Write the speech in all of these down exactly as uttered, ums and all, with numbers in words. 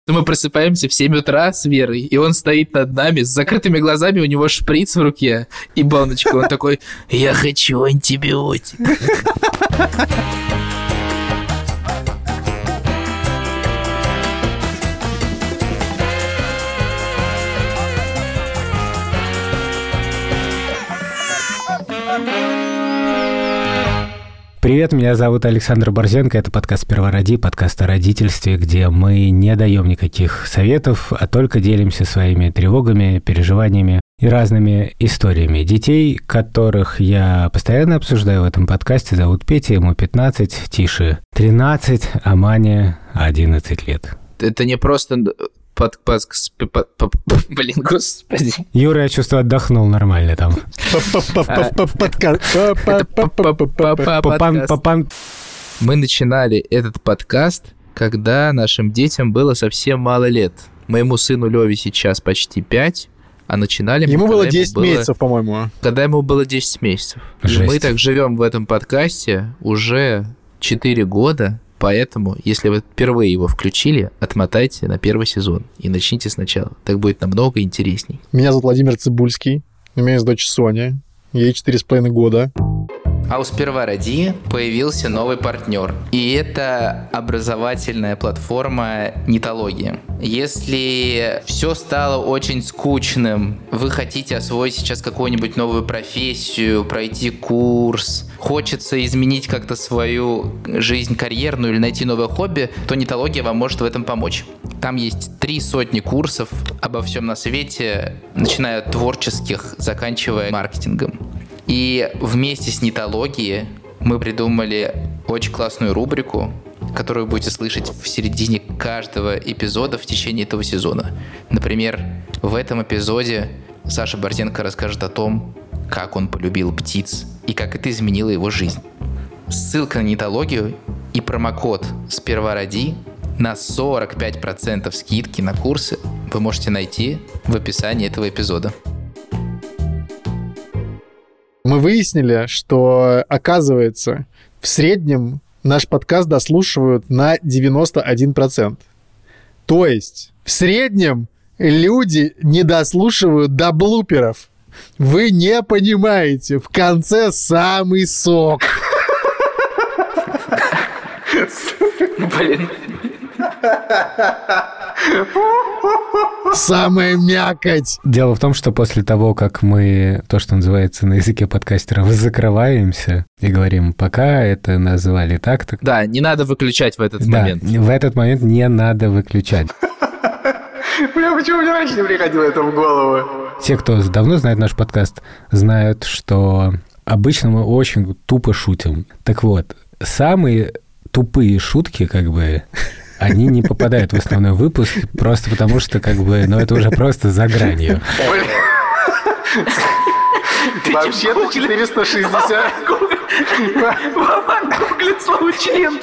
Мы просыпаемся в семь утра с Верой, и он стоит над нами с закрытыми глазами, у него шприц в руке и баночка. Он такой: я хочу антибиотик. Привет, меня зовут Александр Борзенко, это подкаст «Сперва роди», подкаст о родительстве, где мы не даем никаких советов, а только делимся своими тревогами, переживаниями и разными историями. Детей, которых я постоянно обсуждаю в этом подкасте, зовут Петя, ему пятнадцать, Тише тринадцать, а Мане одиннадцать лет. Это не просто... Под, под, под, под, блин, господи. Юра, я чувствую, отдохнул нормально там. Мы начинали этот подкаст, когда нашим детям было совсем мало лет. Моему сыну Леве сейчас почти пять, а начинали мы... Ему было десять месяцев, по-моему. Когда ему было десять месяцев. И мы так живем в этом подкасте уже четыре года. Поэтому, если вы впервые его включили, отмотайте на первый сезон и начните сначала. Так будет намного интересней. Меня зовут Владимир Цибульский. У меня есть дочь Соня. Ей четыре с половиной года. А у «Сперва роди» появился новый партнер. И это образовательная платформа «Нитология». Если все стало очень скучным, вы хотите освоить сейчас какую-нибудь новую профессию, пройти курс, хочется изменить как-то свою жизнь карьерную или найти новое хобби, то «Нитология» вам может в этом помочь. Там есть три сотни курсов обо всем на свете, начиная от творческих, заканчивая маркетингом. И вместе с «Нитологией» мы придумали очень классную рубрику, которую вы будете слышать в середине каждого эпизода в течение этого сезона. Например, в этом эпизоде Саша Борзенко расскажет о том, как он полюбил птиц и как это изменило его жизнь. Ссылка на «Нитологию» и промокод «Сперва роди» на сорок пять процентов скидки на курсы вы можете найти в описании этого эпизода. Мы выяснили, что, оказывается, в среднем наш подкаст дослушивают на девяносто один процент. То есть в среднем люди не дослушивают до блуперов. Вы не понимаете, в конце самый сок. Блин. Самая мякоть. Дело в том, что после того, как мы, то, что называется на языке подкастеров, закрываемся и говорим, пока это назвали так-то... Да, не надо выключать в этот да, момент. в этот момент не надо выключать. Бля, почему мне раньше не приходило это в голову? Те, кто давно знает наш подкаст, знают, что обычно мы очень тупо шутим. Так вот, самые тупые шутки, как бы... Они не попадают в основной выпуск, просто потому что, как бы, ну, это уже просто за гранью. Вообще-то четыреста шестьдесят... Вован гуглит слово «член».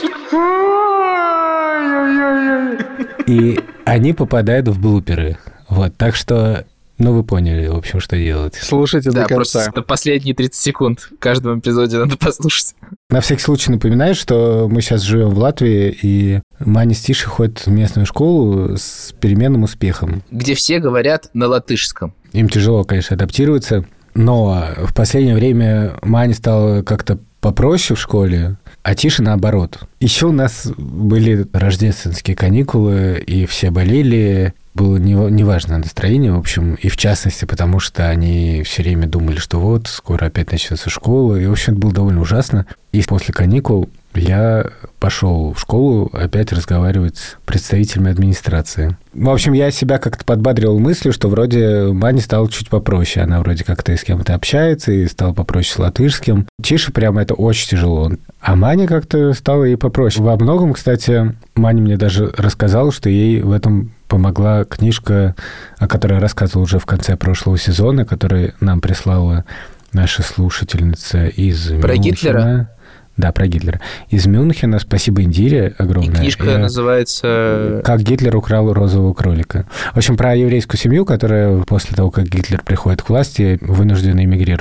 И они попадают в блуперы. Вот, так что... Ну, вы поняли, в общем, что делать. Слушайте да, до конца. Просто последние тридцать секунд в каждом эпизоде надо послушать. На всякий случай напоминаю, что мы сейчас живем в Латвии, и Маня с Тишей ходят в местную школу с переменным успехом. Где все говорят на латышском. Им тяжело, конечно, адаптироваться, но в последнее время Маня стала как-то попроще в школе, а Тише наоборот. Еще у нас были рождественские каникулы, и все болели. Было неважное настроение, в общем, и в частности, потому что они все время думали, что вот, скоро опять начнется школа, и, в общем, это было довольно ужасно. И после каникул я пошел в школу опять разговаривать с представителями администрации. В общем, я себя как-то подбадривал мыслью, что вроде Мане стало чуть попроще. Она вроде как-то и с кем-то общается, и стала попроще с латышским. Тише прямо это очень тяжело. А Маня как-то стала и попроще. Во многом, кстати, Маня мне даже рассказала, что ей в этом помогла книжка, о которой я рассказывал уже в конце прошлого сезона, которую нам прислала наша слушательница из Про Мюнхена. Гитлера? Да, про Гитлера. Из Мюнхена. Спасибо Индире огромное. И книжка Я... называется... «Как Гитлер украл розового кролика». В общем, про еврейскую семью, которая после того, как Гитлер приходит к власти, вынуждена эмигрировать.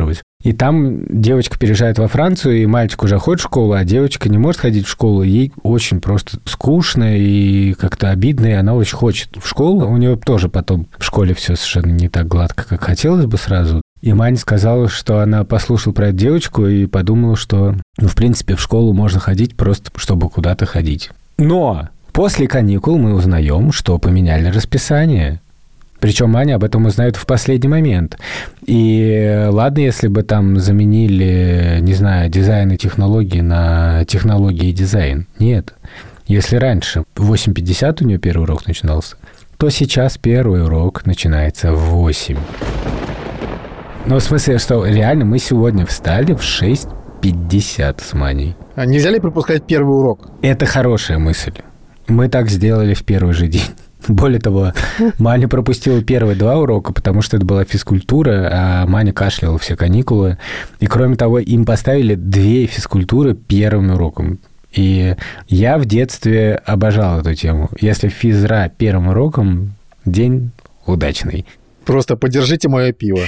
И там девочка переезжает во Францию, и мальчик уже ходит в школу, а девочка не может ходить в школу. Ей очень просто скучно и как-то обидно, и она очень хочет в школу. У нее тоже потом в школе все совершенно не так гладко, как хотелось бы сразу. И Маня сказала, что она послушала про эту девочку и подумала, что, ну, в принципе, в школу можно ходить просто, чтобы куда-то ходить. Но после каникул мы узнаем, что поменяли расписание. Причем Маня об этом узнает в последний момент. И ладно, если бы там заменили, не знаю, дизайн и технологии на технологии и дизайн. Нет. Если раньше в восемь пятьдесят у нее первый урок начинался, то сейчас первый урок начинается в восемь. Ну, в смысле, что реально мы сегодня встали в шесть пятьдесят с Маней. А нельзя ли пропускать первый урок? Это хорошая мысль. Мы так сделали в первый же день. Более того, Маня пропустила первые два урока, потому что это была физкультура, а Маня кашляла все каникулы. И, кроме того, им поставили две физкультуры первым уроком. И я в детстве обожал эту тему. Если физра первым уроком, день удачный. Просто подержите мое пиво.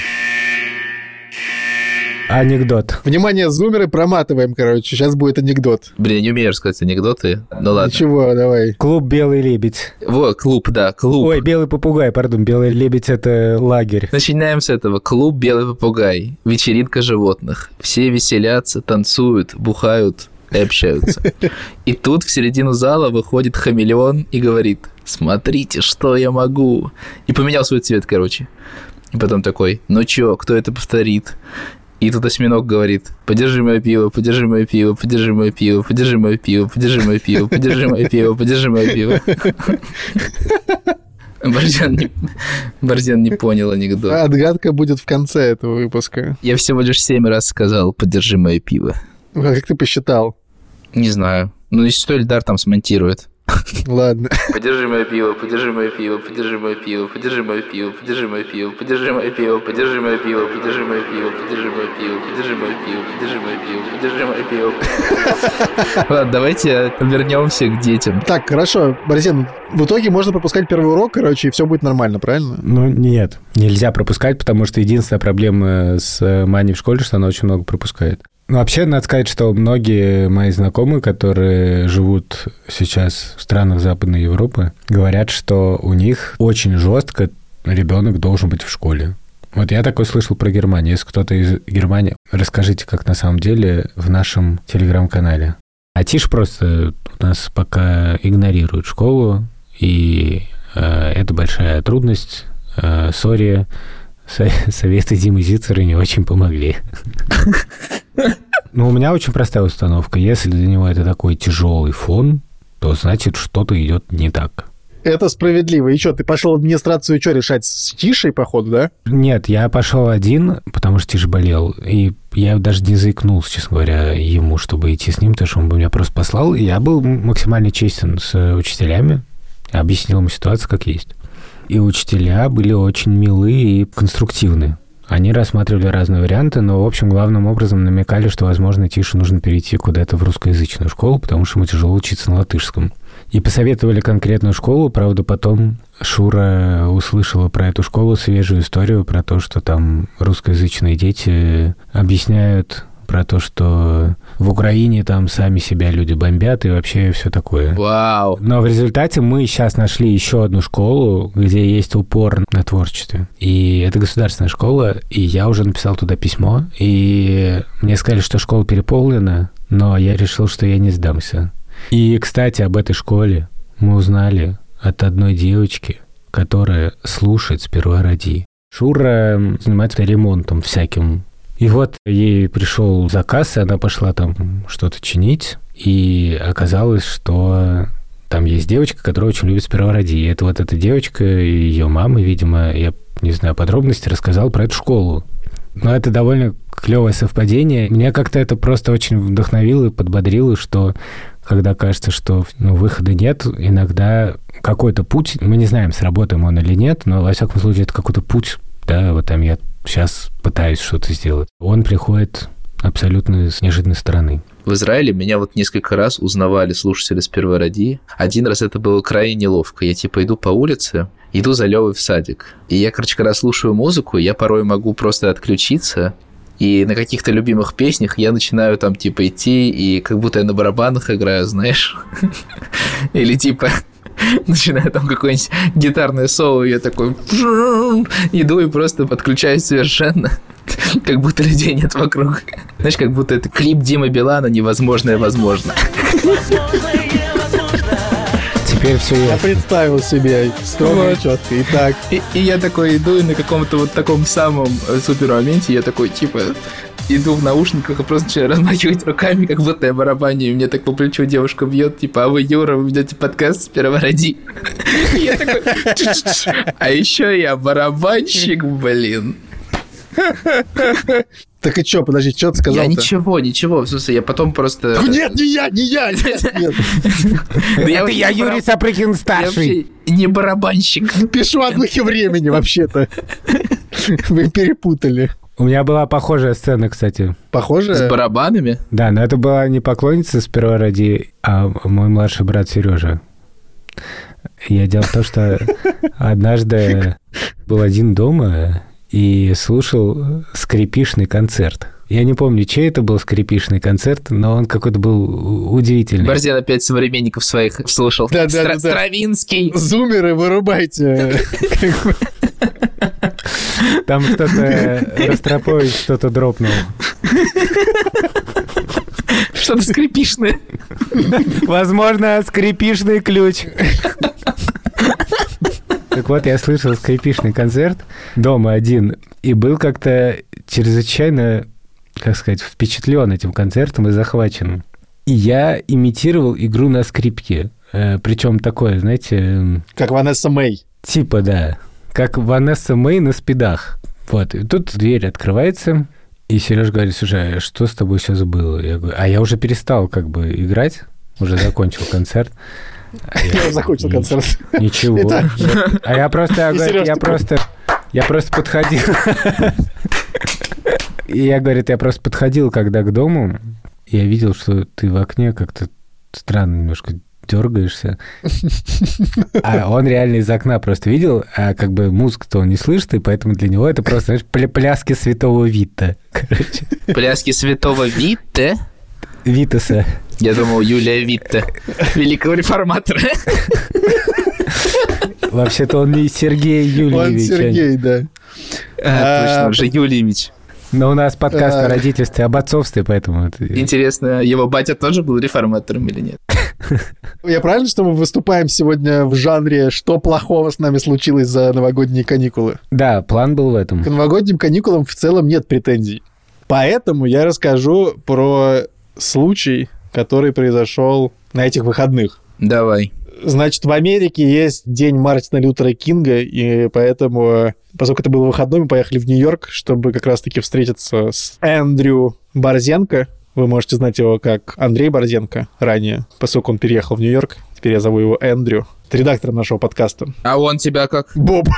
Анекдот. Внимание, зумеры, проматываем, короче. Сейчас будет анекдот. Блин, я не умею рассказать анекдоты. Ну ладно. Ничего, давай. Клуб «Белый лебедь». Вот, клуб, да, клуб. Ой, «Белый попугай», пардон. «Белый лебедь» — это лагерь. Начинаем с этого. Клуб «Белый попугай». Вечеринка животных. Все веселятся, танцуют, бухают и общаются. И тут в середину зала выходит хамелеон и говорит: «Смотрите, что я могу». И поменял свой цвет, короче. И потом такой: «Ну чё, кто это повторит?» И тут осьминог говорит: «Подержи мое пиво, подержи мое пиво, подержи мое пиво, подержи мое пиво, подержи мое пиво, подержи мое пиво, подержи мое пиво». Борзен не, Борзен не понял анекдот. Отгадка будет в конце этого выпуска. Я всего лишь семь раз сказал: «Подержи мое пиво». А как ты посчитал? Не знаю. Ну, если что, Эльдар там смонтирует. Ладно. Подержи мое пиво, подержи мое пиво, подержи мое пиво, подержи мое пиво, подержи мое пиво, подержи мое пиво, подержи мое пиво, подержи мое пиво, подержи мое пиво, подержи мое пиво, подержи мое пиво, подержи мое пиво. Ладно, давайте вернемся к детям. Так, хорошо, Борзен, в итоге можно пропускать первый урок, короче, и все будет нормально, правильно? Ну, нет. Нельзя пропускать, потому что единственная проблема с Маней в школе, что она очень много пропускает. Ну, вообще, надо сказать, что многие мои знакомые, которые живут сейчас в странах Западной Европы, говорят, что у них очень жестко ребенок должен быть в школе. Вот я такое слышал про Германию. Если кто-то из Германии, расскажите, как на самом деле в нашем телеграм-канале. А Тиш просто у нас пока игнорирует школу, и э, это большая трудность. Э, сори, советы Димы Зицера не очень помогли. Ну, у меня очень простая установка. Если для него это такой тяжелый фон, то значит, что-то идет не так. Это справедливо. И что, ты пошел в администрацию что, решать с Тишей, походу, да? Нет, я пошел один, потому что Тиша болел. И я даже не заикнулся, честно говоря, ему, чтобы идти с ним, потому что он бы меня просто послал. И я был максимально честен с учителями, объяснил ему ситуацию как есть. И учителя были очень милые и конструктивны. Они рассматривали разные варианты, но, в общем, главным образом намекали, что, возможно, Тише нужно перейти куда-то в русскоязычную школу, потому что ему тяжело учиться на латышском. И посоветовали конкретную школу, правда, потом Шура услышала про эту школу свежую историю, про то, что там русскоязычные дети объясняют про то, что в Украине там сами себя люди бомбят и вообще все такое. Вау! Но в результате мы сейчас нашли еще одну школу, где есть упор на творчестве. И это государственная школа, и я уже написал туда письмо, и мне сказали, что школа переполнена, но я решил, что я не сдамся. И, кстати, об этой школе мы узнали от одной девочки, которая слушает «Сперва ради». Шура занимается ремонтом всяким. И вот ей пришел заказ, и она пошла там что-то чинить, и оказалось, что там есть девочка, которая очень любит «Сперва ради». И это вот эта девочка, и ее мама, видимо, я не знаю подробности, рассказал про эту школу. Но это довольно клевое совпадение. Меня как-то это просто очень вдохновило и подбодрило, что когда кажется, что ну, выхода нет, иногда какой-то путь, мы не знаем, сработаем он или нет, но, во всяком случае, это какой-то путь, да, вот там я сейчас пытаюсь что-то сделать. Он приходит абсолютно с неожиданной стороны. В Израиле меня вот несколько раз узнавали слушатели «Сперва ради». Один раз это было крайне неловко. Я типа иду по улице, иду за Лёвой в садик. И я, короче, когда слушаю музыку, я порой могу просто отключиться и на каких-то любимых песнях я начинаю там, типа, идти, и как будто я на барабанах играю, знаешь. Или, типа, начинаю там какое-нибудь гитарное соло, и я такой иду и просто подключаюсь совершенно, как будто людей нет вокруг. Знаешь, как будто это клип Димы Билана «Невозможное возможно». Теперь все Я ясно. представил себе строго и Вот. четко. Итак, И, и я такой иду, и на каком-то вот таком самом э, супер моменте я такой, типа, иду в наушниках и просто начинаю размахивать руками, как будто я барабаню, и мне так по плечу девушка бьет, типа, а вы, Юра, вы ведете подкаст «Сперва роди». И я такой, а еще я барабанщик, блин. так и чё, подожди, что ты сказал? Я ничего, ничего, в смысле, я потом просто... Нет, не я, не я, нет, нет. Да я Это вообще я не Юрий бараб- Сапрыкин я старший. вообще не барабанщик. Пишу о духе времени, вообще-то. Вы перепутали. У меня была похожая сцена, кстати. Похоже? С барабанами? Да, но это была не поклонница «Сперва роди», а мой младший брат Сережа. Я делал то, что однажды был один дома и слушал скрипичный концерт. Я не помню, чей это был скрипичный концерт, но он какой-то был удивительный. Борзен опять современников своих слушал. Да, да, Стра- да, да. Стравинский. Зумеры, вырубайте. Там кто-то, Ростропович что-то дропнул. Что-то скрипишное. Возможно, скрипичный ключ. Так вот, я слышал скрипичный концерт дома один и был как-то чрезвычайно, как сказать, впечатлен этим концертом и захвачен. И я имитировал игру на скрипке. Э, причем такое, знаете, Как Ванесса Мэй. типа, да, как Ванесса Мэй на спидах. Вот, и тут дверь открывается, и Сереж говорит: слушай, а что с тобой сейчас было? Я говорю, а я уже перестал как бы играть, уже закончил концерт. А Я уже закончил концерт. Ничего. Итак. А я просто, я, И говорю, Серёж я такой. просто, я просто подходил. И я, говорит, я просто подходил, когда к дому, и я видел, что ты в окне как-то странно немножко дергаешься. А он реально из окна просто видел, а как бы музыку-то он не слышит, и поэтому для него это просто, знаешь, пля- пляски святого Вита. Короче, Пляски святого Витте. Витаса. Я думал, Юлия Витте. Великого реформатора. Вообще-то он не Сергей Он Юльевич. Сергей, да. А, точно, уже Юльевич. Но у нас подкаст А. о родительстве, об отцовстве, поэтому... это- Интересно, его батя тоже был реформатором или нет? Я правильно, что мы выступаем сегодня в жанре «Что плохого с нами случилось за новогодние каникулы»? Да, план был в этом. К новогодним каникулам в целом нет претензий. Поэтому я расскажу про случай, который произошел на этих выходных. Давай. Значит, в Америке есть день Мартина Лютера Кинга, и поэтому, поскольку это был выходной, мы поехали в Нью-Йорк, чтобы как раз-таки встретиться с Эндрю Борзенко. Вы можете знать его как Андрей Борзенко ранее, поскольку он переехал в Нью-Йорк. Теперь я зову его Эндрю. Это редактором нашего подкаста. А он тебя как? Боб.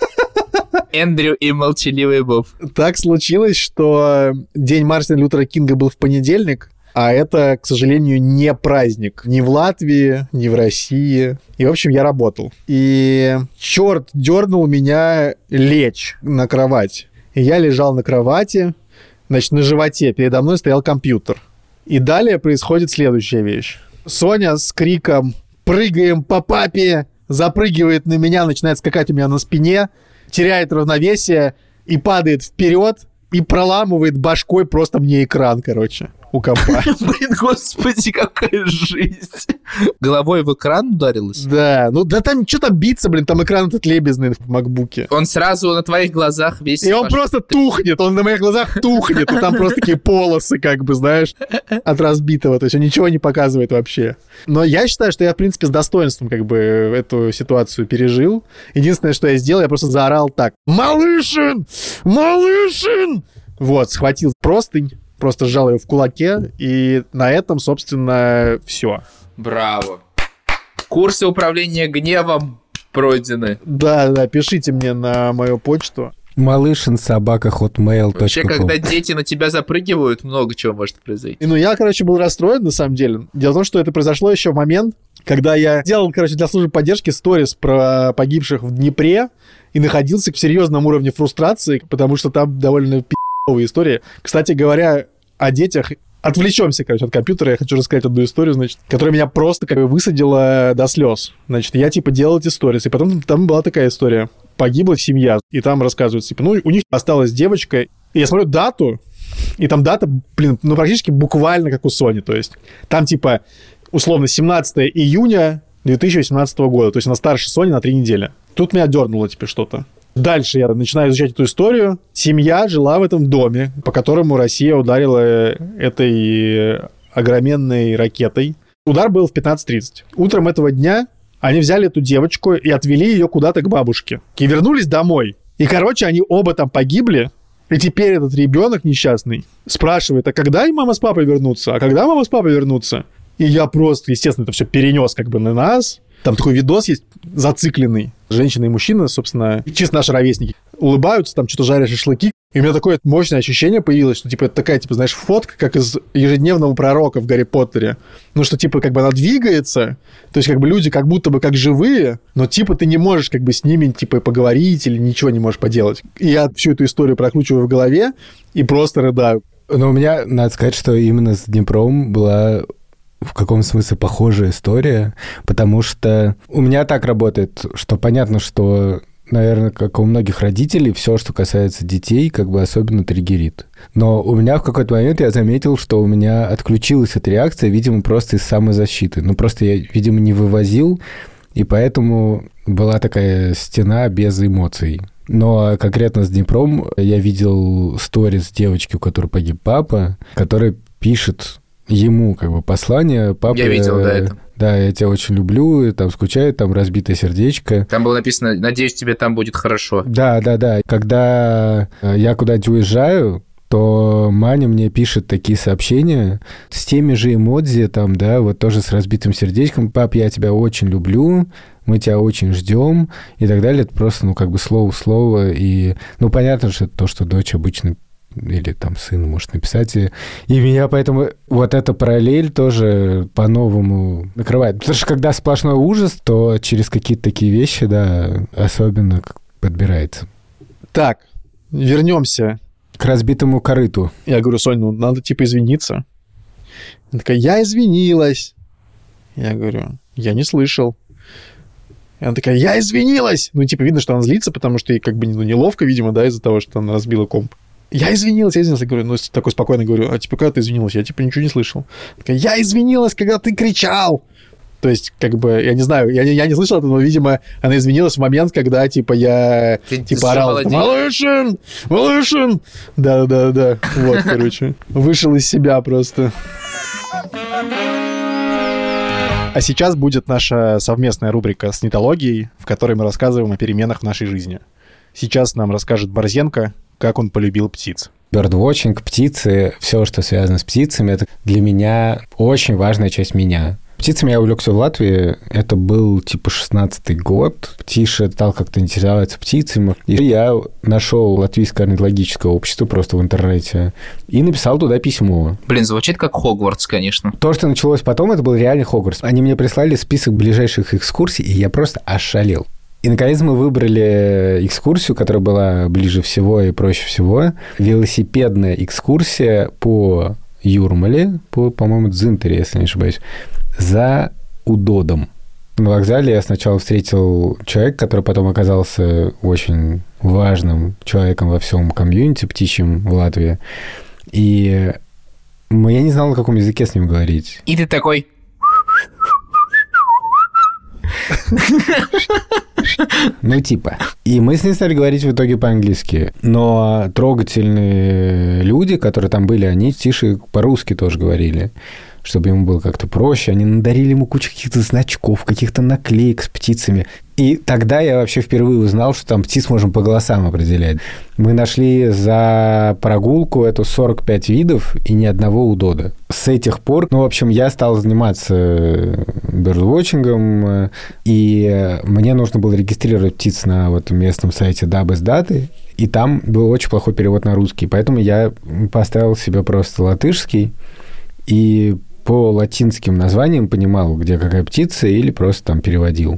Эндрю и молчаливый Боб. Так случилось, что день Мартина Лютера Кинга был в понедельник, а это, к сожалению, не праздник. Ни в Латвии, ни в России. И, в общем, я работал. И черт дернул меня лечь на кровать. И я лежал на кровати, значит, на животе. Передо мной стоял компьютер. И далее происходит следующая вещь. Соня с криком «Прыгаем по папе!» запрыгивает на меня, начинает скакать у меня на спине, теряет равновесие и падает вперед и проламывает башкой просто мне экран, короче, у компа. Блин, господи, какая жизнь. Головой в экран ударилась? Да, ну да там что там биться, блин, там экран этот лебезный в макбуке. Он сразу на твоих глазах весь... И он пошел. просто тухнет, он на моих глазах тухнет, и там просто такие полосы, как бы, знаешь, от разбитого, то есть он ничего не показывает вообще. Но я считаю, что я, в принципе, с достоинством как бы эту ситуацию пережил. Единственное, что я сделал, я просто заорал так: «Малышин! Малышин!» Вот, схватил простынь, просто сжал ее в кулаке, и на этом, собственно, все. Браво. Курсы управления гневом пройдены. Да, да, пишите мне на мою почту. Малышин собака hotmail точка Вообще, com. когда дети на тебя запрыгивают, много чего может произойти. И, ну, я, короче, был расстроен, на самом деле. Дело в том, что это произошло еще в момент, когда я делал, короче, для службы поддержки сторис про погибших в Днепре и находился в серьезном уровне фрустрации, потому что там довольно пи***, новые истории. Кстати говоря, о детях... Отвлечемся, короче, от компьютера. Я хочу рассказать одну историю, значит, которая меня просто как бы высадила до слез. Значит, я, типа, делал эти сторис, и потом там была такая история. Погибла семья, и там рассказывают, типа, ну, у них осталась девочка, и я смотрю дату, и там дата, блин, ну, практически буквально как у Sony, то есть там, типа, условно, семнадцатого июня две тысячи восемнадцатого года, то есть она старше Sony на три недели. Тут меня дернуло, типа, что-то. Дальше я начинаю изучать эту историю. Семья жила в этом доме, по которому Россия ударила этой огроменной ракетой. Удар был в пятнадцать тридцать. Утром этого дня они взяли эту девочку и отвели ее куда-то к бабушке. И вернулись домой. И, короче, они оба там погибли. И теперь этот ребенок несчастный спрашивает, а когда и мама с папой вернутся? А когда мама с папой вернутся? И я просто, естественно, это все перенес как бы на нас. Там такой видос есть зацикленный. Женщина и мужчина, собственно, чисто наши ровесники, улыбаются, там что-то жарят шашлыки. И у меня такое мощное ощущение появилось, что, типа, это такая, типа, знаешь, фотка, как из ежедневного пророка в Гарри Поттере. Ну, что, типа, как бы она двигается, то есть, как бы люди как будто бы как живые, но, типа, ты не можешь, как бы, с ними, типа, поговорить или ничего не можешь поделать. И я всю эту историю прокручиваю в голове и просто рыдаю. Но у меня, надо сказать, что именно с Днепром была... в каком смысле похожая история, потому что у меня так работает, что понятно, что, наверное, как у многих родителей, все, что касается детей, как бы особенно триггерит. Но у меня в какой-то момент я заметил, что у меня отключилась эта реакция, видимо, просто из самозащиты. Ну, просто я, видимо, не вывозил, и поэтому была такая стена без эмоций. Но конкретно с Днепром я видел сторис девочки, у которой погиб папа, которая пишет ему как бы послание. Папа, я видел, да, это. Да, я тебя очень люблю, там скучает, там разбитое сердечко. Там было написано, надеюсь, тебе там будет хорошо. Да, да, да. Когда я куда-нибудь уезжаю, то Маня мне пишет такие сообщения с теми же эмодзи, там, да, вот тоже с разбитым сердечком. Пап, я тебя очень люблю, мы тебя очень ждем, и так далее. Это просто, ну, как бы слово в слово. И, ну, понятно, что это то, что дочь обычно или там сын может написать. И, и меня поэтому вот эта параллель тоже по-новому накрывает. Потому что когда сплошной ужас, то через какие-то такие вещи, да, особенно подбирается. Так, вернемся к разбитому корыту. Я говорю, Сонь, ну надо типа извиниться. Она такая, я извинилась. Я говорю, я не слышал. И она такая, я извинилась! Ну, типа, видно, что она злится, потому что ей как бы ну, неловко, видимо, да, из-за того, что она разбила комп. Я извинилась, я извинилась. Я говорю, ну, такой спокойно говорю, а типа, когда ты извинилась? Я, типа, ничего не слышал. Такая, я извинилась, когда ты кричал. То есть, как бы, я не знаю, я, я не слышал этого, но, видимо, она извинилась в момент, когда, типа, я, ты, типа, ты орал, Малышин! Малышин! Да-да-да, вот, короче. Вышел из себя просто. А сейчас будет наша совместная рубрика с нетологией, в которой мы рассказываем о переменах в нашей жизни. Сейчас нам расскажет Борзенко, как он полюбил птиц. Бёрдвотчинг, птицы, все, что связано с птицами, это для меня очень важная часть меня. Птицами я увлекся в Латвии. Это был типа шестнадцатый год. Тише стал как-то интересоваться птицами. И я нашел латвийское орнитологическое общество просто в интернете и написал туда письмо. Блин, звучит как Хогвартс, конечно. То, что началось потом, это был реальный Хогвартс. Они мне прислали список ближайших экскурсий, и я просто ошалел. И, наконец, мы выбрали экскурсию, которая была ближе всего и проще всего. Велосипедная экскурсия по Юрмале, по, по-моему, Дзинтере, если не ошибаюсь, за Удодом. На вокзале я сначала встретил человека, который потом оказался очень важным человеком во всем комьюнити птичьем в Латвии. И я не знал, на каком языке с ним говорить. И ты такой... Ну, типа. И мы с ним стали говорить в итоге по-английски. Но трогательные люди, которые там были, они тише по-русски тоже говорили, чтобы ему было как-то проще. Они надарили ему кучу каких-то значков, каких-то наклеек с птицами. И тогда я вообще впервые узнал, что там птиц можно по голосам определять. Мы нашли за прогулку это сорок пять видов и ни одного удода. С этих пор, ну, в общем, я стал заниматься бёрдвотчингом, и мне нужно было регистрировать птиц на вот местном сайте Дабэс-даты, и там был очень плохой перевод на русский, поэтому я поставил себе просто латышский, и по латинским названиям понимал, где какая птица, или просто там переводил.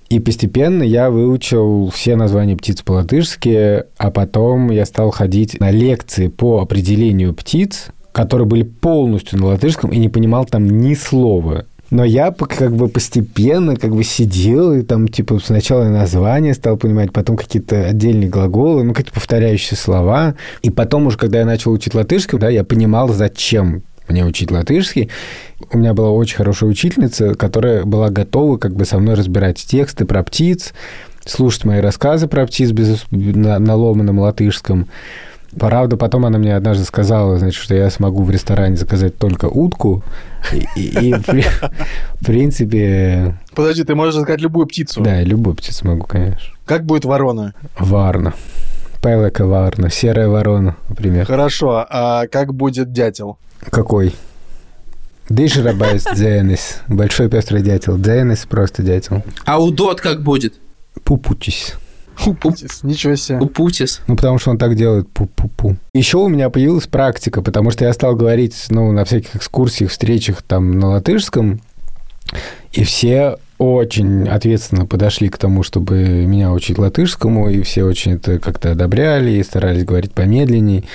И постепенно я выучил все названия птиц по-латышски, а потом я стал ходить на лекции по определению птиц, которые были полностью на латышском, и не понимал там ни слова. Но я как бы постепенно как бы сидел, и там типа сначала название стал понимать, потом какие-то отдельные глаголы, ну, какие-то повторяющие слова. И потом уже, когда я начал учить латышский, да, я понимал, зачем мне учить латышский. У меня была очень хорошая учительница, которая была готова как бы со мной разбирать тексты про птиц, слушать мои рассказы про птиц без, на, на ломаном латышском. Правда, потом она мне однажды сказала, значит, что я смогу в ресторане заказать только утку. И, и, и в принципе... Подожди, ты можешь заказать любую птицу? Да, любую птицу могу, конечно. Как будет ворона? Варна. Пелека варна. Серая ворона, например. Хорошо. А как будет дятел? Какой? Дыжрабайс дзенис. Большой пестрый дятел. Дзенис просто дятел. А удот как будет? Пупутис. Пупутис, ничего себе. Пупутис. Ну, потому что он так делает, пу-пу-пу. Еще у меня появилась практика, потому что я стал говорить, ну, на всяких экскурсиях, встречах там на латышском, и все очень ответственно подошли к тому, чтобы меня учить латышскому, и все очень это как-то одобряли и старались говорить помедленней.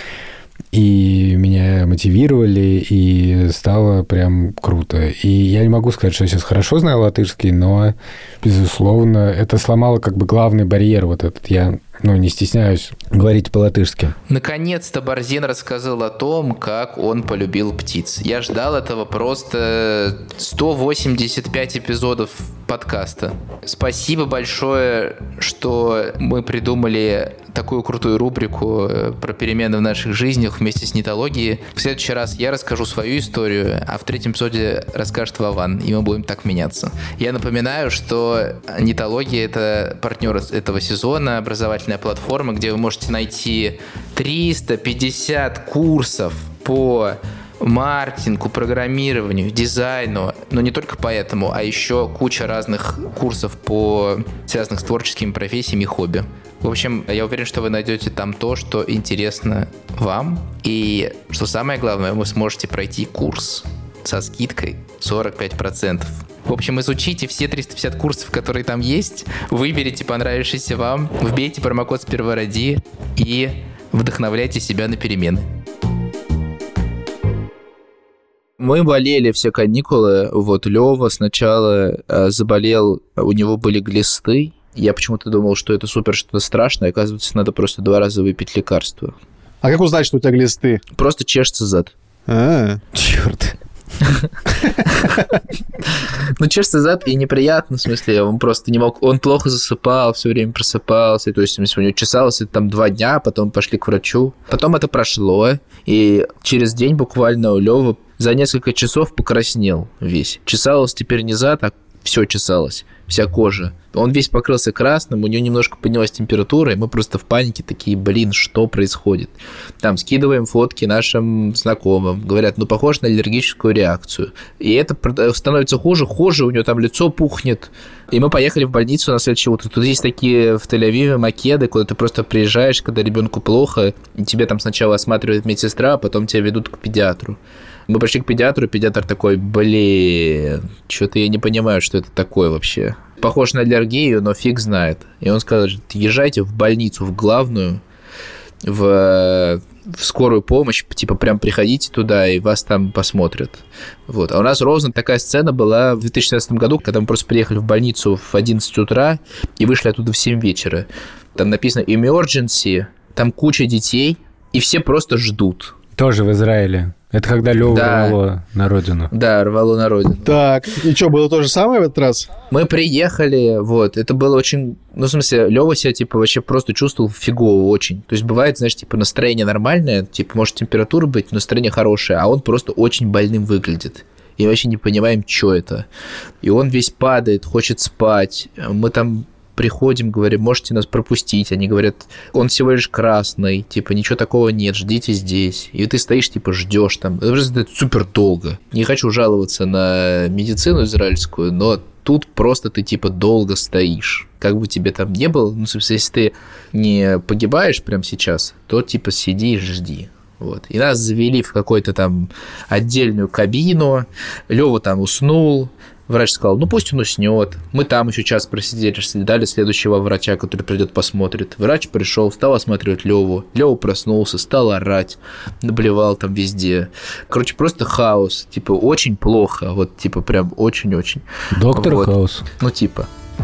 И меня мотивировали, и стало прям круто. И я не могу сказать, что я сейчас хорошо знаю латышский, но, безусловно, это сломало как бы главный барьер вот этот. Я, ну, не стесняюсь говорить по-латышски. Наконец-то Борзин рассказал о том, как он полюбил птиц. Я ждал этого просто сто восемьдесят пять эпизодов подкаста. Спасибо большое, что мы придумали такую крутую рубрику про перемены в наших жизнях вместе с Нитологией. В следующий раз я расскажу свою историю, а в третьем эпизоде расскажет Вован, и мы будем так меняться. Я напоминаю, что Нитология — это партнер этого сезона, образовательная платформа, где вы можете найти триста пятьдесят курсов по маркетингу, программированию, дизайну, но не только поэтому, а еще куча разных курсов, по связанных с творческими профессиями и хобби. В общем, я уверен, что вы найдете там то, что интересно вам, и, что самое главное, вы сможете пройти курс со скидкой сорок пять процентов. В общем, изучите все триста пятьдесят курсов, которые там есть, выберите понравившийся вам, вбейте промокод «Сперва-роди» и вдохновляйте себя на перемены. Мы болели все каникулы. Вот Лёва сначала э, заболел, у него были глисты. Я почему-то думал, что это супер что-то страшное. Оказывается, надо просто два раза выпить лекарство. А как узнать, что у тебя глисты? Просто чешется зад. А, Черт. Ну, чешется зад и неприятно, в смысле, он просто не мог, он плохо засыпал, все время просыпался, то есть, в смысле, у него чесалось там два дня, потом пошли к врачу. Потом это прошло, и через день буквально у Лёвы за несколько часов покраснел весь. Чесалось теперь не зад, а все чесалось, вся кожа. Он весь покрылся красным, у него немножко поднялась температура, и мы просто в панике такие, блин, что происходит? Там скидываем фотки нашим знакомым, говорят, ну, похож на аллергическую реакцию. И это становится хуже, хуже, у него там лицо пухнет. И мы поехали в больницу на следующее утро. Тут есть такие в Тель-Авиве македы, куда ты просто приезжаешь, когда ребенку плохо, и тебе там сначала осматривает медсестра, а потом тебя ведут к педиатру. Мы пришли к педиатру, и педиатр такой, блин, что-то я не понимаю, что это такое вообще. Похож на аллергию, но фиг знает. И он сказал, езжайте в больницу, в главную, в, в скорую помощь, типа прям приходите туда, и вас там посмотрят. Вот. А у нас ровно такая сцена была в две тысячи шестнадцатом году, когда мы просто приехали в больницу в одиннадцать утра и вышли оттуда в семь вечера. Там написано emergency, там куча детей, и все просто ждут. Тоже в Израиле. Это когда Лёва Да. рвало на родину. Да, рвало на родину. так, и что, было то же самое в этот раз? Мы приехали, вот, это было очень... Ну, в смысле, Лёва себя, типа, вообще просто чувствовал фигово очень. То есть, бывает, знаешь, типа, настроение нормальное, типа, может температура быть, настроение хорошее, а он просто очень больным выглядит. И вообще не понимаем, что это. И он весь падает, хочет спать. Мы там приходим, говорим, можете нас пропустить. Они говорят, он всего лишь красный, типа, ничего такого нет, ждите здесь. И ты стоишь, типа, ждешь там. Это просто супер долго. Не хочу жаловаться на медицину израильскую, но тут просто ты, типа, долго стоишь. Как бы тебе там не было, ну, собственно, если ты не погибаешь прямо сейчас, то, типа, сиди и жди. Вот. И нас завели в какую-то там отдельную кабину. Лёва там уснул. Врач сказал, ну пусть он уснет. Мы там еще час просидели, ждали следующего врача, который придет посмотрит. Врач пришел, стал осматривать Леву. Лева проснулся, стал орать, наблевал там везде. Короче, просто хаос. Типа, очень плохо. Вот, типа, прям очень-очень. Доктор вот. Хаус. Ну, типа.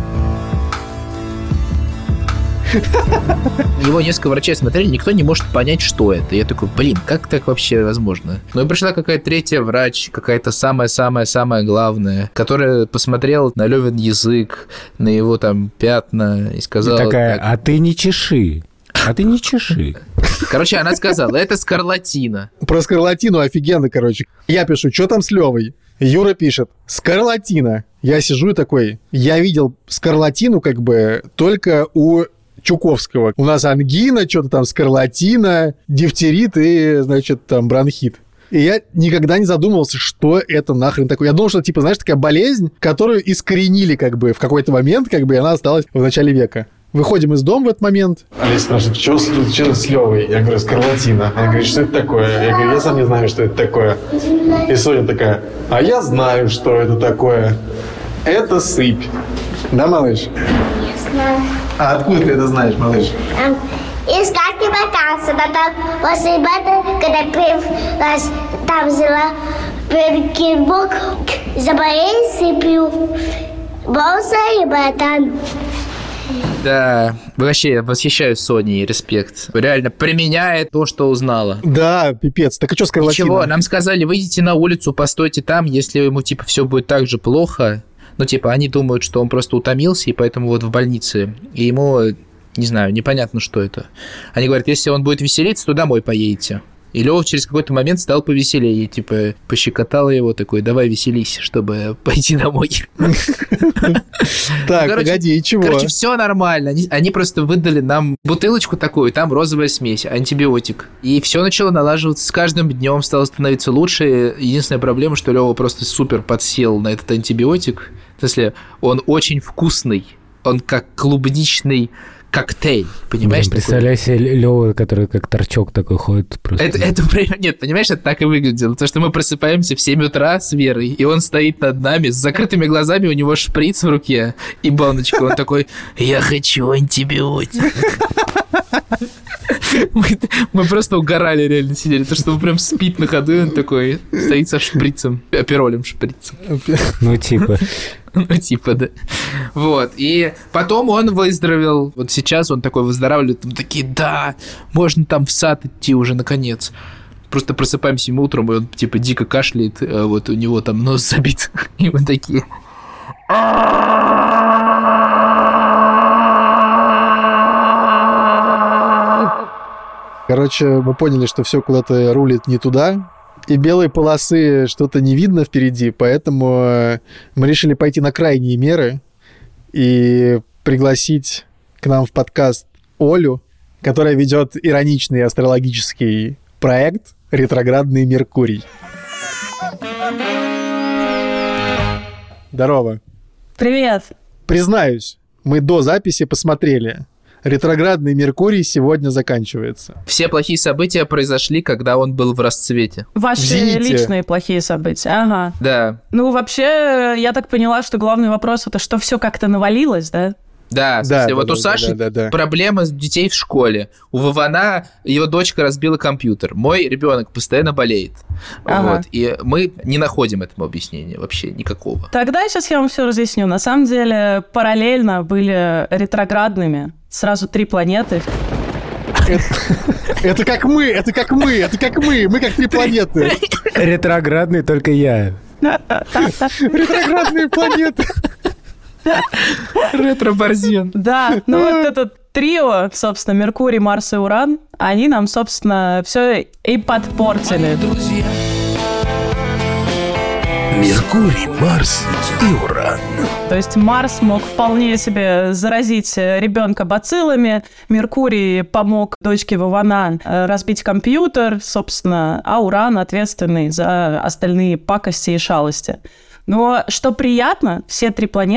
Его несколько врачей смотрели, никто не может понять, что это. Я такой, блин, как так вообще возможно? Ну и пришла какая-то третья врач, какая-то самая-самая-самая главная, которая посмотрела на Левин язык, на его там пятна и сказала... И такая, так, а ты не чеши. А ты не чеши. Короче, она сказала, это скарлатина. Про скарлатину офигенно, короче. Я пишу, что там с Левой? Юра пишет, скарлатина. Я сижу и такой, я видел скарлатину как бы только у Чуковского. У нас ангина, что-то там скарлатина, дифтерит и, значит, там бронхит. И я никогда не задумывался, что это нахрен такое. Я думал, что, типа, знаешь, такая болезнь, которую искоренили как бы в какой-то момент, как бы, и она осталась в начале века. Выходим из дома в этот момент. Олеся спрашивает, что случилось с Левой? Я говорю, скарлатина. Она говорит, что это такое? Я говорю, я сам не знаю, что это такое. И Соня такая, а я знаю, что это такое. Это сыпь. Да, малыш? Я знаю. А откуда ты это знаешь, малыш? Из карты ботался, но там после бата, когда первый раз там взяла первый кирбок, заболел сыпью, болса и ботан. Да, вообще я восхищаюсь Соней, респект. Реально применяет то, что узнала. Да, пипец. Так а что скарлатина? Ничего, нам сказали, выйдите на улицу, постойте там, если ему, типа, все будет так же плохо. Ну, типа, они думают, что он просто утомился, и поэтому вот в больнице. И ему, не знаю, непонятно, что это. Они говорят, если он будет веселиться, то домой поедете. И Лёва через какой-то момент стал повеселее, типа, пощекотала его, такой, давай веселись, чтобы пойти домой. Так, погоди, и чего? Короче, все нормально. Они, они просто выдали нам бутылочку такую, там розовая смесь, антибиотик. И все начало налаживаться. С каждым днем стало становиться лучше. Единственная проблема, что Лёва просто супер подсел на этот антибиотик. В смысле, он очень вкусный. Он как клубничный коктейль, понимаешь? Блин, представляю себе Лёва, который как торчок такой ходит. Просто. Это, это, нет, понимаешь, это так и выглядело. Потому что мы просыпаемся в семь утра с Верой, и он стоит над нами с закрытыми глазами, у него шприц в руке и баночка. Он такой, я хочу антибиотик. Мы, мы просто угорали, реально сидели. То, что он прям спит на ходу, и он такой стоит со шприцем, аперолем шприцем. Ну, типа... Ну, типа, да. Вот. И потом он выздоровел. Вот сейчас он такой выздоравливает. Мы такие, да, можно там в сад идти уже, наконец. Просто просыпаемся ему утром, и он, типа, дико кашляет. А вот у него там нос забит. И мы такие... Короче, мы поняли, что все куда-то рулит не туда. И белой полосы что-то не видно впереди, поэтому мы решили пойти на крайние меры и пригласить к нам в подкаст Олю, которая ведет ироничный астрологический проект «Ретроградный Меркурий». Здорово. Привет. Признаюсь, мы до записи посмотрели. Ретроградный Меркурий сегодня заканчивается. Все плохие события произошли, когда он был в расцвете. Ваши личные плохие события, ага. Да. Ну, вообще, я так поняла, что главный вопрос – это что все как-то навалилось, да? Да, в смысле, да, вот да, у Саши да, да, да, да. проблема с детей в школе. У Вована его дочка разбила компьютер. Мой ребенок постоянно болеет. Ага. Вот, и мы не находим этому объяснения вообще никакого. Тогда сейчас я вам все разъясню. На самом деле, параллельно были ретроградными сразу три планеты. Это как мы, это как мы, это как мы, мы как три планеты. Ретроградный только я. Ретроградные планеты. Ретро-борзен. Да, ну вот этот трио, собственно, Меркурий, Марс и Уран, они нам, собственно, все и подпортили. Меркурий, Марс и Уран. То есть Марс мог вполне себе заразить ребенка бациллами, Меркурий помог дочке Вована разбить компьютер, собственно, а Уран ответственный за остальные пакости и шалости. Но что приятно, все три планеты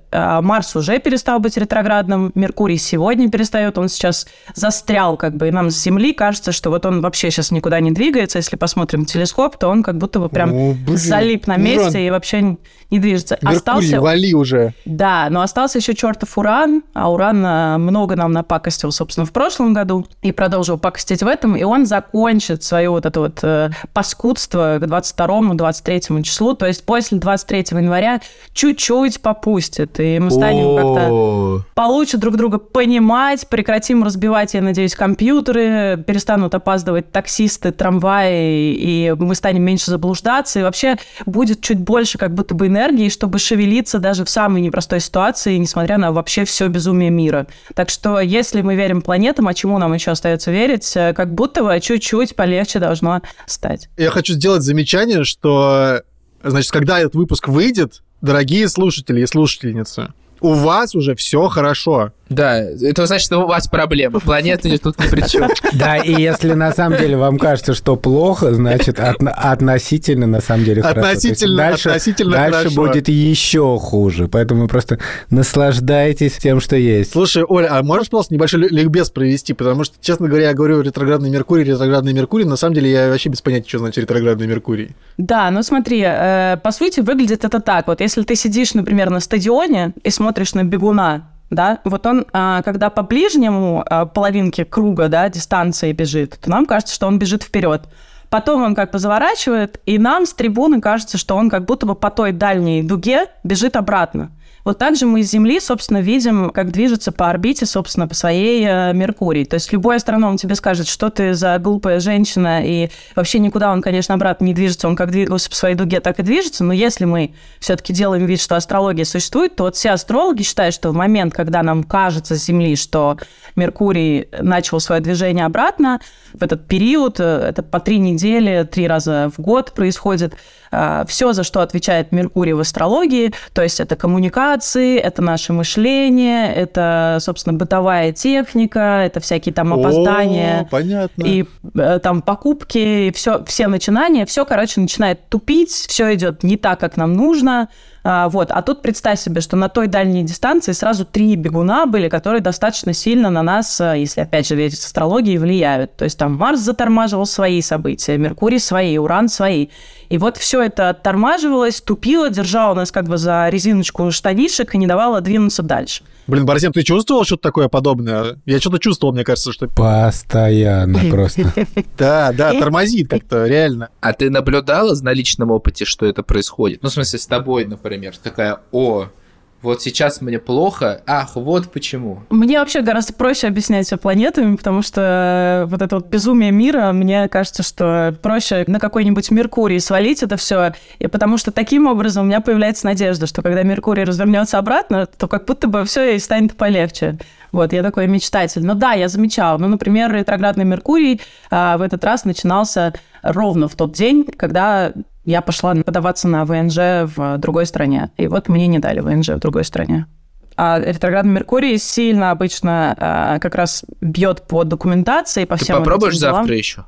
Марс уже перестал быть ретроградным, Меркурий сегодня перестает, он сейчас застрял, как бы, и нам с Земли кажется, что вот он вообще сейчас никуда не двигается. Если посмотрим телескоп, то он как будто бы прям О, блин, залип на месте Уран. И вообще не движется. Меркурий, остался... вали уже. Да, но остался еще чертов Уран, а Уран много нам напакостил, собственно, в прошлом году и продолжил пакостить в этом, и он закончит свое вот это вот э, паскудство к двадцать второму - двадцать третьему числу, то есть после двадцать третьего января чуть-чуть попустит, и мы станем как-то получше друг друга понимать, прекратим разбивать, я надеюсь, компьютеры, перестанут опаздывать таксисты, трамваи, и мы станем меньше заблуждаться, и вообще будет чуть больше как будто бы энергии, чтобы шевелиться даже в самой непростой ситуации, несмотря на вообще все безумие мира. Так что, если мы верим планетам, а чему нам еще остается верить, как будто бы чуть-чуть полегче должно стать. Я хочу сделать замечание, что, значит, когда этот выпуск выйдет, дорогие слушатели и слушательницы, у вас уже все хорошо. Да, это значит, что у вас проблемы. Планета тут ни при чем. Да, и если на самом деле вам кажется, что плохо, значит, отно- относительно на самом деле хорошо. Относительно, дальше, относительно дальше хорошо. будет еще хуже. Поэтому просто наслаждайтесь тем, что есть. Слушай, Оля, а можешь просто небольшой ликбез провести? Потому что, честно говоря, я говорю ретроградный Меркурий, ретроградный Меркурий. На самом деле я вообще без понятия, что значит ретроградный Меркурий. Да, ну смотри, э, по сути, выглядит это так. Вот если ты сидишь, например, на стадионе и смотришь на бегуна, да, вот он, когда по ближнему половинке круга, да, дистанции бежит, то нам кажется, что он бежит вперед. Потом он как бы заворачивает, и нам с трибуны кажется, что он как будто бы по той дальней дуге бежит обратно. Вот так же мы с Земли, собственно, видим, как движется по орбите, собственно, по своей э, Меркурий. То есть любой астроном тебе скажет, что ты за глупая женщина, и вообще никуда он, конечно, обратно не движется, он как двигался по своей дуге, так и движется. Но если мы все-таки делаем вид, что астрология существует, то вот все астрологи считают, что в момент, когда нам кажется с Земли, что Меркурий начал свое движение обратно, в этот период, это по три недели, три раза в год происходит, все, за что отвечает Меркурий в астрологии, то есть это коммуникации, это наше мышление, это, собственно, бытовая техника, это всякие там опоздания. О, понятно. И там покупки, и все, все начинания, все, короче, начинает тупить, все идет не так, как нам нужно. А, вот. А тут представь себе, что на той дальней дистанции сразу три бегуна были, которые достаточно сильно на нас, если опять же верить астрологии, влияют. То есть там Марс затормаживал свои события, Меркурий свои, Уран свои. И вот все это оттормаживалось, тупило, держало нас как бы за резиночку штанишек и не давало двинуться дальше. Блин, Борисем, ты чувствовал что-то такое подобное? Я что-то чувствовал, мне кажется, что... Постоянно просто. Да, да, тормозит как-то, реально. А ты наблюдала на личном опыте, что это происходит? Ну, в смысле, с тобой, например, такая, о, вот сейчас мне плохо, ах, вот почему. Мне вообще гораздо проще объяснять все планетами, потому что вот это вот безумие мира, мне кажется, что проще на какой-нибудь Меркурий свалить это все, и потому что таким образом у меня появляется надежда, что когда Меркурий развернется обратно, то как будто бы все и станет полегче. Вот, я такой мечтатель. Но да, я замечала. Ну, например, ретроградный Меркурий а, в этот раз начинался ровно в тот день, когда я пошла подаваться на ВНЖ в другой стране. И вот мне не дали ВНЖ в другой стране. А ретроградный Меркурий сильно обычно а, как раз бьет по документации, по Ты всем попробуешь этим делам. завтра еще?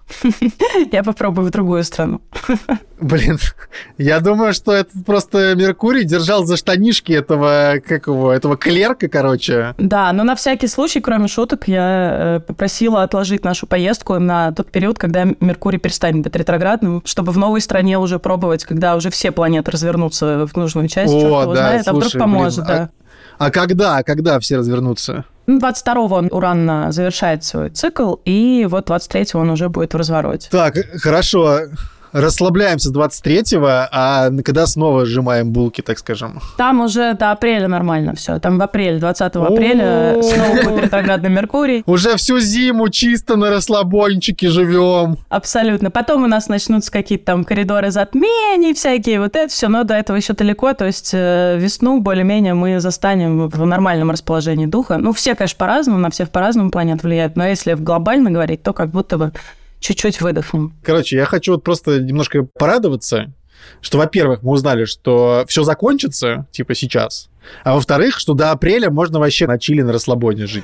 Я попробую в другую страну. Блин, я думаю, что это просто Меркурий держал за штанишки этого, как его, этого клерка, короче. Да, но на всякий случай, кроме шуток, я попросила отложить нашу поездку на тот период, когда Меркурий перестанет быть ретроградным, чтобы в новой стране уже пробовать, когда уже все планеты развернутся в нужную часть. О, черт его да, знает, слушай, а вдруг поможет, блин, да. А, а когда, а когда все развернутся? двадцать второго Уран завершает свой цикл, и вот двадцать третьего он уже будет в развороте. Так, хорошо. Расслабляемся двадцать третьего, а когда снова сжимаем булки, так скажем? Там уже до апреля нормально все. Там в апреле, двадцатого апреля снова будет ретроградный Меркурий. Уже всю зиму чисто на расслабончике живем. Абсолютно. Потом у нас начнутся какие-то там коридоры затмений всякие, вот это все, но до этого еще далеко. То есть весну более-менее мы застанем в нормальном расположении духа. Ну, все, конечно, по-разному, на всех по-разному планет влияют, но если глобально говорить, то как будто бы чуть-чуть выдохнем. Короче, я хочу вот просто немножко порадоваться, что, во-первых, мы узнали, что все закончится, типа сейчас, а во-вторых, что до апреля можно вообще на чили, на расслабоне жить.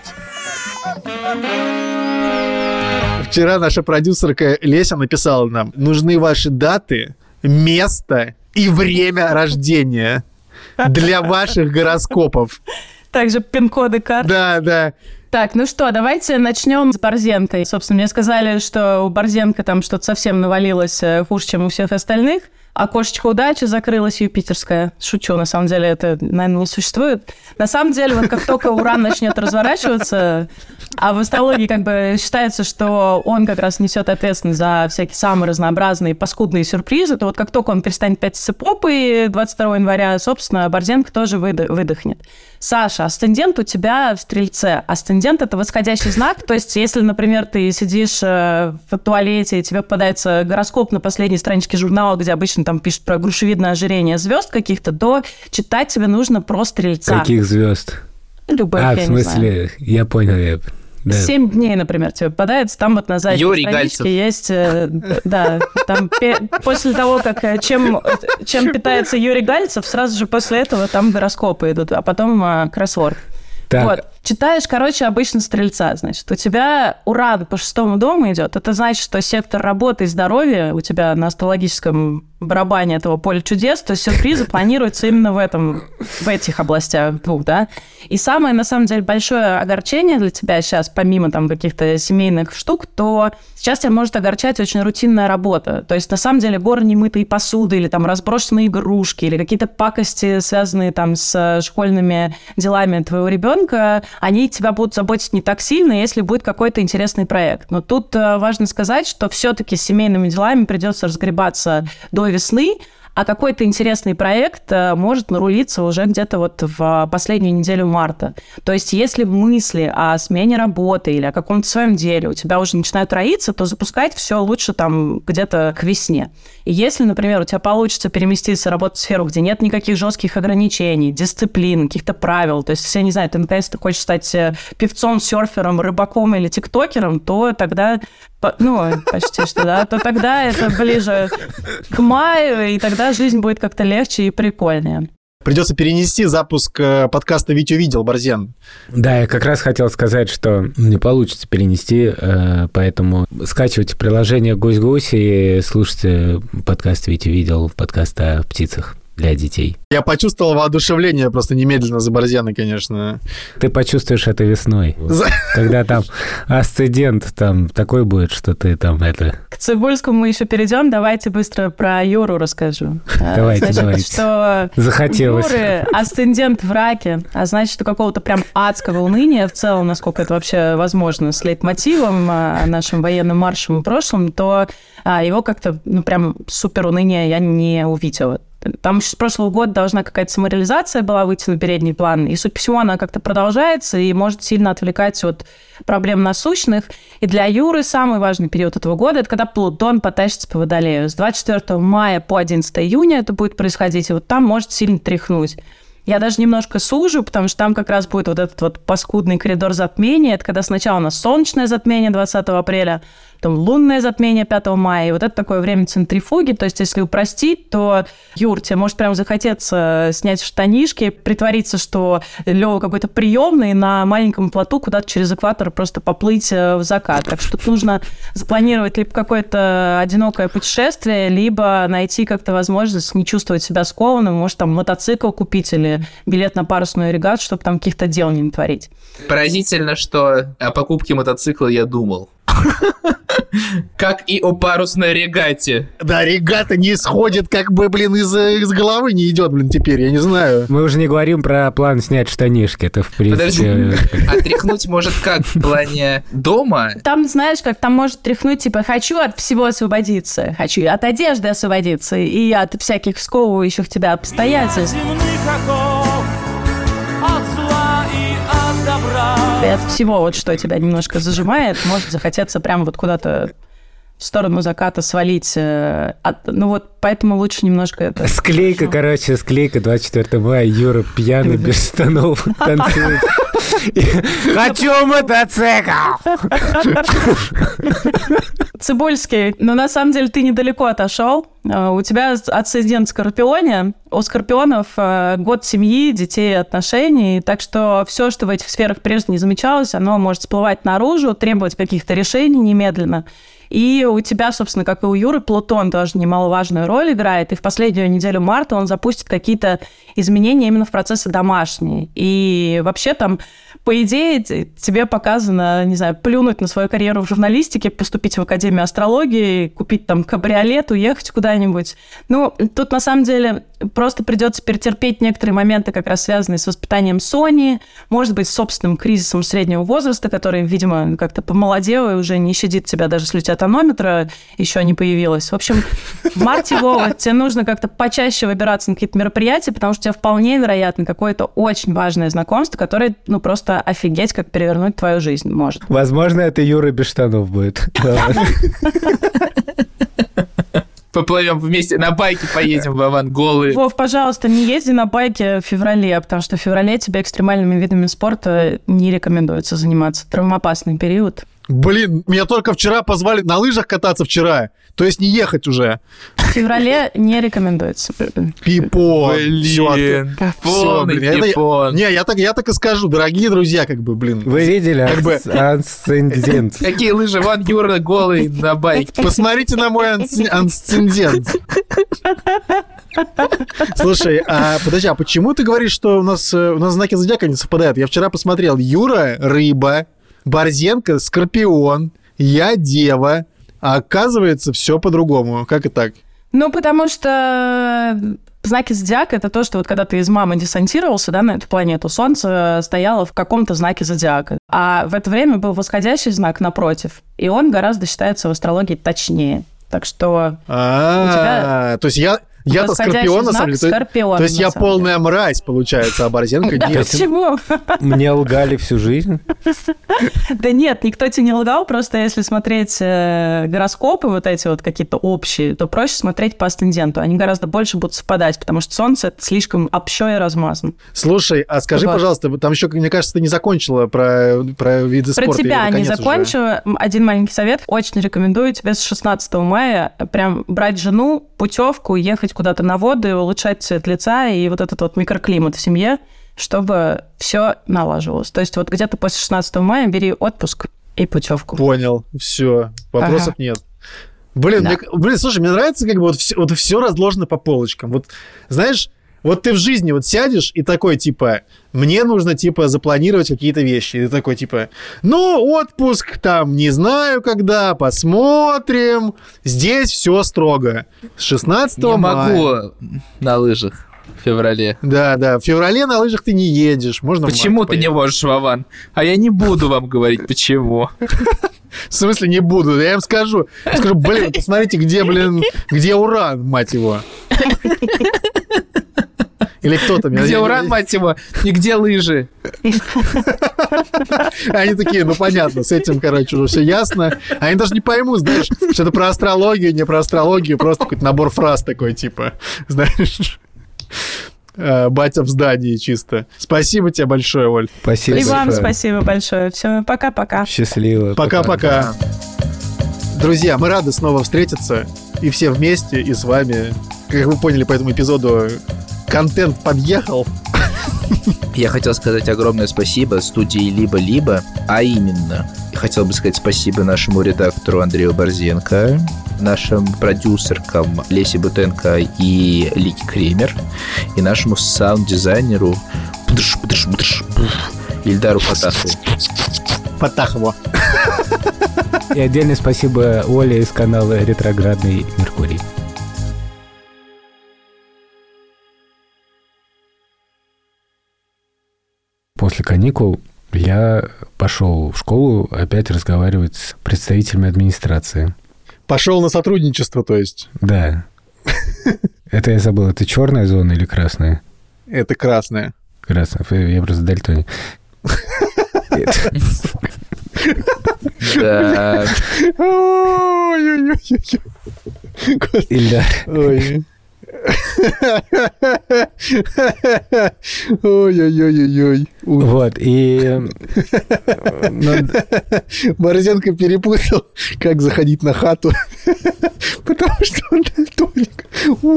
Вчера наша продюсерка Леся написала нам: нужны ваши даты, место и время рождения. для ваших гороскопов. Также пин-коды карт. Да, да. Так, ну что, давайте начнем с Борзенкой. Собственно, мне сказали, что у Борзенко там что-то совсем навалилось хуже, чем у всех остальных. Окошечко удачи закрылось юпитерское. Шучу, на самом деле это, наверное, не существует. На самом деле, вот как только Уран начнет разворачиваться, а в астрологии как бы считается, что он как раз несет ответственность за всякие самые разнообразные паскудные сюрпризы, то вот как только он перестанет пятиться попой двадцать второго января, собственно, Борзенко тоже выдох- выдохнет. Саша, асцендент у тебя в Стрельце. Асцендент – это восходящий знак, то есть если, например, ты сидишь в туалете, и тебе попадается гороскоп на последней страничке журнала, где обычно там пишут про грушевидное ожирение звезд каких-то, то читать тебе нужно про Стрельца. Каких звезд? Любых, а, я в смысле, я понял, я... Да. Семь дней, например, тебе попадается, там вот на задней Юрий страничке Гальцев. есть, э, да, там пе- после того, как э, чем, чем питается Юрий Гальцев, сразу же после этого там гороскопы идут, а потом э, кроссворд. Так. Вот. Читаешь, короче, обычно Стрельца, значит. У тебя Уран по шестому дому идет. Это значит, что сектор работы и здоровья у тебя на астрологическом барабане этого поля чудес, то есть сюрпризы планируются именно в этом, в этих областях двух, да. И самое, на самом деле, большое огорчение для тебя сейчас, помимо там каких-то семейных штук, то сейчас тебя может огорчать очень рутинная работа. То есть, на самом деле, горы немытой посуды или там разбросанные игрушки или какие-то пакости, связанные там с школьными делами твоего ребенка, они тебя будут заботить не так сильно, если будет какой-то интересный проект. Но тут важно сказать, что все-таки с семейными делами придется разгребаться до весны, а какой-то интересный проект может нарулиться уже где-то вот в последнюю неделю марта. То есть если мысли о смене работы или о каком-то своем деле у тебя уже начинают роиться, то запускать все лучше там где-то к весне. И если, например, у тебя получится переместиться работать в сферу, где нет никаких жестких ограничений, дисциплин, каких-то правил, то есть, если, я не знаю, ты наконец-то хочешь стать певцом, серфером, рыбаком или тиктокером, то тогда, ну, почти что, да, то тогда это ближе к маю, и тогда жизнь будет как-то легче и прикольнее. Придется перенести запуск подкаста «Вить увидел», Борзен. Да, я как раз хотел сказать, что не получится перенести, поэтому скачивайте приложение «Гусь-Гусь» и слушайте подкаст «Вить увидел», подкаст о птицах для детей. Я почувствовал воодушевление просто немедленно за Борзена, конечно. Ты почувствуешь это весной. За... Когда там асцендент там такой будет, что ты там это... К Цибульскому мы еще перейдем. Давайте быстро про Юру расскажу. Давайте, значит, давайте. Что захотелось. У Юры асцендент в раке, а значит, у какого-то прям адского уныния в целом, насколько это вообще возможно, с лейтмотивом, нашим военным маршем в прошлом, то его как-то, ну, прям супер уныния я не увидела. Там еще с прошлого года должна какая-то самореализация была выйти на передний план, и, суть по всему, она как-то продолжается и может сильно отвлекать от проблем насущных. И для Юры самый важный период этого года – это когда Плутон потащится по Водолею. С двадцать четвёртого мая по одиннадцатого июня это будет происходить, и вот там может сильно тряхнуть. Я даже немножко сужу, потому что там как раз будет вот этот вот паскудный коридор затмения. Это когда сначала у нас солнечное затмение двадцатого апреля, потом лунное затмение пятого мая. И вот это такое время центрифуги. То есть, если упростить, то, Юр, тебе может прям захотеться снять штанишки, притвориться, что Лёва какой-то приемный, на маленьком плоту куда-то через экватор просто поплыть в закат. Так что тут нужно запланировать либо какое-то одинокое путешествие, либо найти как-то возможность не чувствовать себя скованным. Может, там мотоцикл купить или билет на парусную регату, чтобы там каких-то дел не натворить. Поразительно, что о покупке мотоцикла я думал. Как и о парусной регате. Да, регата не сходит, как бы, блин, из, из головы не идет, блин, теперь, я не знаю. Мы уже не говорим про план снять штанишки, это в принципе... Подожди, а тряхнуть может как? В плане дома? Там, знаешь, как там может тряхнуть, типа, хочу от всего освободиться, хочу и от одежды освободиться, и от всяких сковывающих тебя обстоятельств. И от всего, вот что тебя немножко зажимает, может захотеться прямо вот куда-то в сторону заката свалить. От, ну вот, поэтому лучше немножко это... Склейка, короче, склейка двадцать четвёртого мая. Юра пьяный, без штанов, танцует. Хочу мотоцикл! Цибульский, но на самом деле ты недалеко отошел. У тебя асцендент в Скорпионе. У Скорпионов год семьи, детей и отношений. Так что все, что в этих сферах прежде не замечалось, оно может всплывать наружу, требовать каких-то решений немедленно. И у тебя, собственно, как и у Юры, Плутон тоже немаловажную роль играет. И в последнюю неделю марта он запустит какие-то изменения именно в процессы домашние. И вообще там, по идее, тебе показано, не знаю, плюнуть на свою карьеру в журналистике, поступить в Академию астрологии, купить там кабриолет, уехать куда-нибудь. Ну, тут на самом деле просто придется перетерпеть некоторые моменты, как раз связанные с воспитанием Сони, может быть, с собственным кризисом среднего возраста, который, видимо, как-то помолодел и уже не щадит тебя, даже если у тебя тонометра еще не появилось. В общем, в марте, Вова, тебе нужно как-то почаще выбираться на какие-то мероприятия, потому что у тебя вполне вероятно какое-то очень важное знакомство, которое, ну, просто офигеть, как перевернуть твою жизнь может. Возможно, это Юра без штанов будет. Поплывем вместе, на байке поедем, Вован, голые. Вов, пожалуйста, не езди на байке в феврале, потому что в феврале тебе экстремальными видами спорта не рекомендуется заниматься. Травмоопасный период. Блин, меня только вчера позвали на лыжах кататься вчера. То есть не ехать уже. В феврале не рекомендуется. Пипон. Блин, полный пипон. Не, я так, я так и скажу, дорогие друзья, как бы, блин. Вы видели как бы... асцендент? Какие лыжи? Вон Юра голый на байке. Посмотрите на мой асцендент. Слушай, а подожди, а почему ты говоришь, что у нас, у нас знаки зодиака не совпадают? Я вчера посмотрел. Юра – рыба, Борзенко – скорпион, я – дева. А оказывается, все по-другому. Как и так? Ну, потому что знаки зодиака – это то, что вот когда ты из мамы десантировался, да, на эту планету, Солнце стояло в каком-то знаке зодиака. А в это время был восходящий знак напротив. И он гораздо считается в астрологии точнее. Так что у тебя... То есть я... Я-то скорпион, на самом деле. То есть я полная мразь, получается, а Борзенко нет. Почему? Мне лгали всю жизнь. Да нет, никто тебе не лгал, просто если смотреть гороскопы вот эти вот какие-то общие, то проще смотреть по асценденту. Они гораздо больше будут совпадать, потому что Солнце это слишком общо и размазан. Слушай, а скажи, пожалуйста, там еще, мне кажется, ты не закончила про, про виды спорта. Про тебя не закончила. Один маленький совет. Очень рекомендую тебе с шестнадцатого мая прям брать жену, путевку, ехать куда-то на воду и улучшать цвет лица и вот этот вот микроклимат в семье, чтобы все налаживалось. То есть вот где-то после шестнадцатого мая бери отпуск и путевку. Понял, все, вопросов ага. нет. Блин, да. мне, блин, слушай, мне нравится, как бы вот все, вот все разложено по полочкам. Вот, знаешь, вот ты в жизни вот сядешь и такой, типа, мне нужно, типа, запланировать какие-то вещи. И ты такой, типа, ну, отпуск там, не знаю когда, посмотрим. Здесь все строго. С шестнадцатого мая. Не могу на лыжах в феврале. Да, да, в феврале на лыжах ты не едешь. Можно почему ты не можешь, Вован? А я не буду вам говорить, почему. В смысле не буду? Я им скажу. Скажу, блин, посмотрите, где, блин, где Уран, мать его. Или кто там? Где Уран, мать его, и где лыжи? Они такие, ну понятно, с этим, короче, уже все ясно. Они даже не поймут, знаешь, что это про астрологию, не про астрологию, просто какой-то набор фраз такой, типа, знаешь, батя в здании чисто. Спасибо тебе большое, Оль. Спасибо. И большое. вам спасибо большое. Все, пока-пока. Счастливо. Пока-пока. Друзья, мы рады снова встретиться, и все вместе, и с вами. Как вы поняли по этому эпизоду, контент подъехал. Я хотел сказать огромное спасибо студии «Либо-либо», а именно, я хотел бы сказать спасибо нашему редактору Андрею Борзенко, нашим продюсеркам Лесе Бутенко и Лике Кремер, и нашему саунд-дизайнеру Ильдару Потахову. Потахову. И отдельное спасибо Оле из канала «Ретроградный Меркурий». После каникул я пошел в школу опять разговаривать с представителями администрации. Пошел на сотрудничество, то есть? Да. Это я забыл, это черная зона или красная? Это красная. Красная, я просто дальтоник. Да. Ильдар. Ой. Ой-ой-ой-ой-ой. Вот, и... Борзенко перепутал, как заходить на хату, потому что он дальтоник.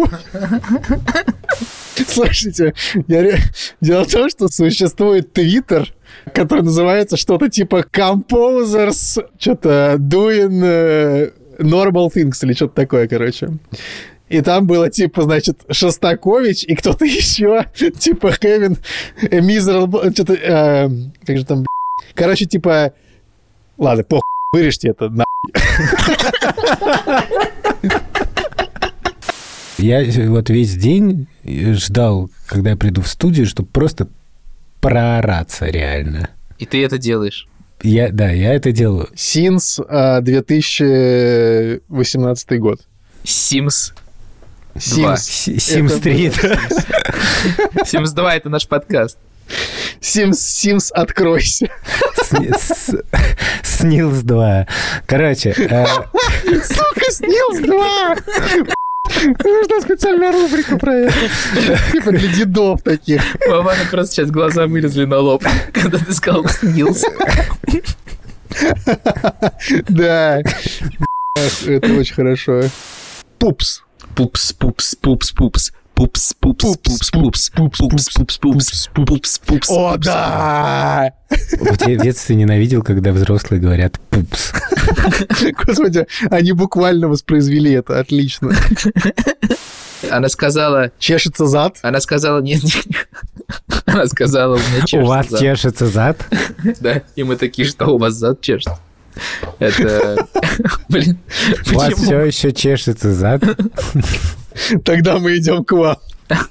Слушайте, я... дело в том, что существует твиттер, который называется что-то типа Composers, что-то doing normal things или что-то такое, короче. И там было, типа, значит, Шостакович и кто-то еще, типа, Кевин Miserable, что-то, э, как же там, короче, типа, ладно, похуй, вырежьте это, на. Я вот весь день ждал, когда я приду в студию, чтобы просто проораться реально. И ты это делаешь? Я, да, я это делаю. Since uh, две тысячи восемнадцатый год. Sims Sims. Sims три. Sims два — это наш подкаст. Sims, Sims, откройся. Снилс два. Короче. Сука, Снилс два! Нужна специальная рубрика про это. Типа для дедов таких. Вована просто сейчас глаза вылезли на лоб, когда ты сказал «снился». Да. Это очень хорошо. Пупс. Пупс, пупс, пупс, пупс. Пупс, пупс, пупс, пупс, пупс, пупс, пупс, пупс, пупс, пупс. О, да! В детстве ненавидел, когда взрослые говорят «пупс». Господи, они буквально воспроизвели это. Отлично. Она сказала... Чешется зад? Она сказала... Нет, нет. Она сказала, у меня чешется зад. У вас зад. чешется зад? Да, и мы такие, что у вас зад чешется. Это... Блин, у вас все еще чешется зад? Тогда мы идем к вам.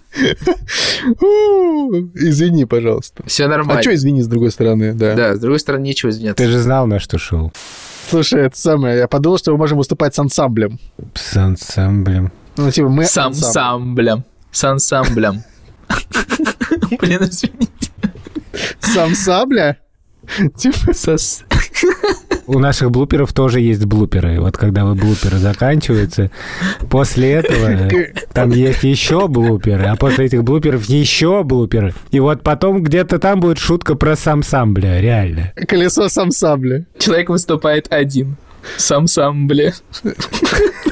Извини, пожалуйста. Все нормально. А что извини, с другой стороны? Да, да, с другой стороны, нечего извиняться. Ты же знал, на что шел. Слушай, это самое, я подумал, что мы можем выступать с ансамблем. С ансамблем. Ну, типа, мы с ансамблем. С ансамблем. Блин, извините. С ансамбля? Типа... Сос... У наших блуперов тоже есть блуперы. Вот когда вы блуперы заканчиваются, после этого там есть еще блуперы, а после этих блуперов еще блуперы. И вот потом где-то там будет шутка про самсамбля, реально. Колесо самсамбля. Человек выступает один. Самсамбле.